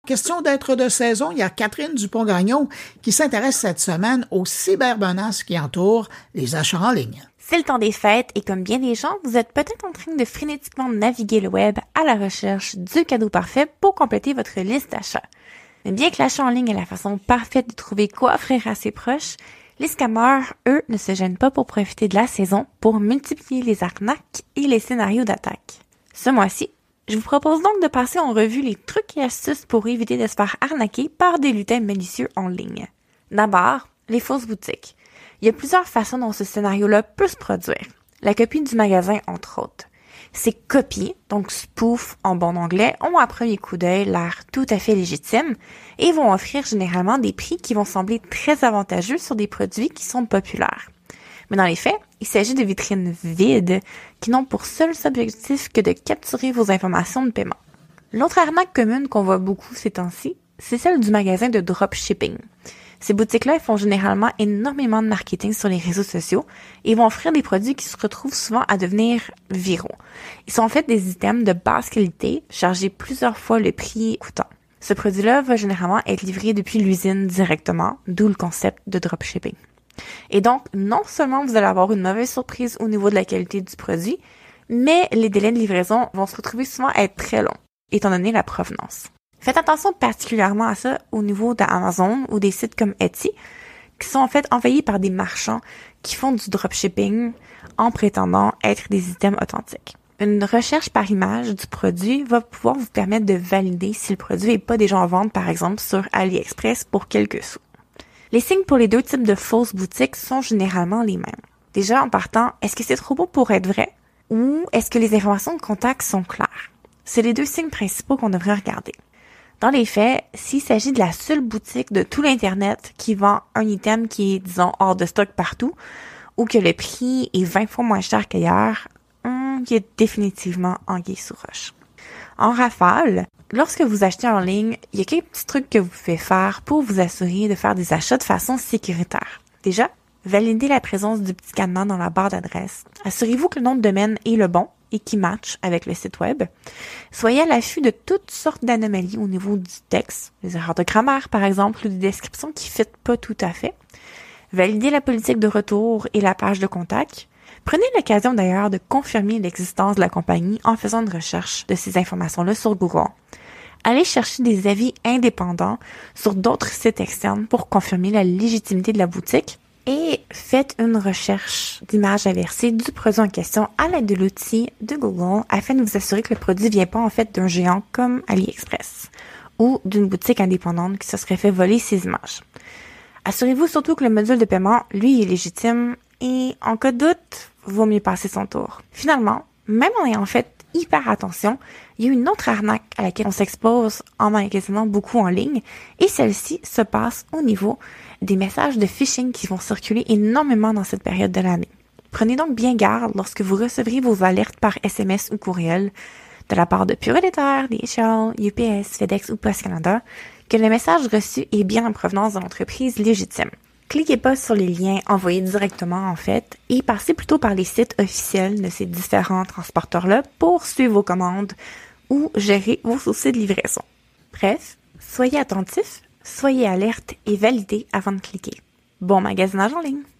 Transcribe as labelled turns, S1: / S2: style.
S1: Question d'être de saison, il y a Catherine Dupont-Gagnon qui s'intéresse cette semaine aux cybermenaces qui entourent les achats en ligne.
S2: C'est le temps des fêtes et comme bien des gens, vous êtes peut-être en train de frénétiquement naviguer le web à la recherche du cadeau parfait pour compléter votre liste d'achats. Mais bien que l'achat en ligne est la façon parfaite de trouver quoi offrir à ses proches, les scammers, eux, ne se gênent pas pour profiter de la saison pour multiplier les arnaques et les scénarios d'attaque. Ce mois-ci, je vous propose donc de passer en revue les trucs et astuces pour éviter de se faire arnaquer par des lutins malicieux en ligne. D'abord, les fausses boutiques. Il y a plusieurs façons dont ce scénario-là peut se produire. La copie du magasin, entre autres. Ces copies, donc spoof en bon anglais, ont à premier coup d'œil l'air tout à fait légitime et vont offrir généralement des prix qui vont sembler très avantageux sur des produits qui sont populaires. Mais dans les faits, il s'agit de vitrines vides qui n'ont pour seul objectif que de capturer vos informations de paiement. L'autre arnaque commune qu'on voit beaucoup ces temps-ci, c'est celle du magasin de dropshipping. Ces boutiques-là font généralement énormément de marketing sur les réseaux sociaux et vont offrir des produits qui se retrouvent souvent à devenir viraux. Ils sont en fait des items de basse qualité, chargés plusieurs fois le prix coûtant. Ce produit-là va généralement être livré depuis l'usine directement, d'où le concept de dropshipping. Et donc, non seulement vous allez avoir une mauvaise surprise au niveau de la qualité du produit, mais les délais de livraison vont se retrouver souvent à être très longs, étant donné la provenance. Faites attention particulièrement à ça au niveau d'Amazon ou des sites comme Etsy, qui sont en fait envahis par des marchands qui font du dropshipping en prétendant être des items authentiques. Une recherche par image du produit va pouvoir vous permettre de valider si le produit n'est pas déjà en vente, par exemple, sur AliExpress pour quelques sous. Les signes pour les deux types de fausses boutiques sont généralement les mêmes. Déjà, en partant, est-ce que c'est trop beau pour être vrai? Ou est-ce que les informations de contact sont claires? C'est les deux signes principaux qu'on devrait regarder. Dans les faits, s'il s'agit de la seule boutique de tout l'Internet qui vend un item qui est, disons, hors de stock partout, ou que le prix est 20 fois moins cher qu'ailleurs, il y a définitivement anguille sous roche. En rafale, lorsque vous achetez en ligne, il y a quelques petits trucs que vous pouvez faire pour vous assurer de faire des achats de façon sécuritaire. Déjà, validez la présence du petit cadenas dans la barre d'adresse. Assurez-vous que le nom de domaine est le bon et qui matche avec le site web. Soyez à l'affût de toutes sortes d'anomalies au niveau du texte, des erreurs de grammaire par exemple, ou des descriptions qui ne fitent pas tout à fait. Validez la politique de retour et la page de contact. Prenez l'occasion d'ailleurs de confirmer l'existence de la compagnie en faisant une recherche de ces informations-là sur Google. Allez chercher des avis indépendants sur d'autres sites externes pour confirmer la légitimité de la boutique et faites une recherche d'image inversée du produit en question à l'aide de l'outil de Google afin de vous assurer que le produit ne vient pas en fait d'un géant comme AliExpress ou d'une boutique indépendante qui se serait fait voler ses images. Assurez-vous surtout que le module de paiement, lui, est légitime et en cas de doute, vaut mieux passer son tour. Finalement, même en ayant fait hyper attention, il y a une autre arnaque à laquelle on s'expose en magasinant beaucoup en ligne et celle-ci se passe au niveau des messages de phishing qui vont circuler énormément dans cette période de l'année. Prenez donc bien garde lorsque vous recevrez vos alertes par SMS ou courriel de la part de Pure Éditeur, DHL, UPS, FedEx ou Post Canada que le message reçu est bien en provenance de l'entreprise légitime. Cliquez pas sur les liens envoyés directement en fait et passez plutôt par les sites officiels de ces différents transporteurs-là pour suivre vos commandes ou gérer vos soucis de livraison. Bref, soyez attentifs, soyez alerte et validez avant de cliquer. Bon magasinage en ligne!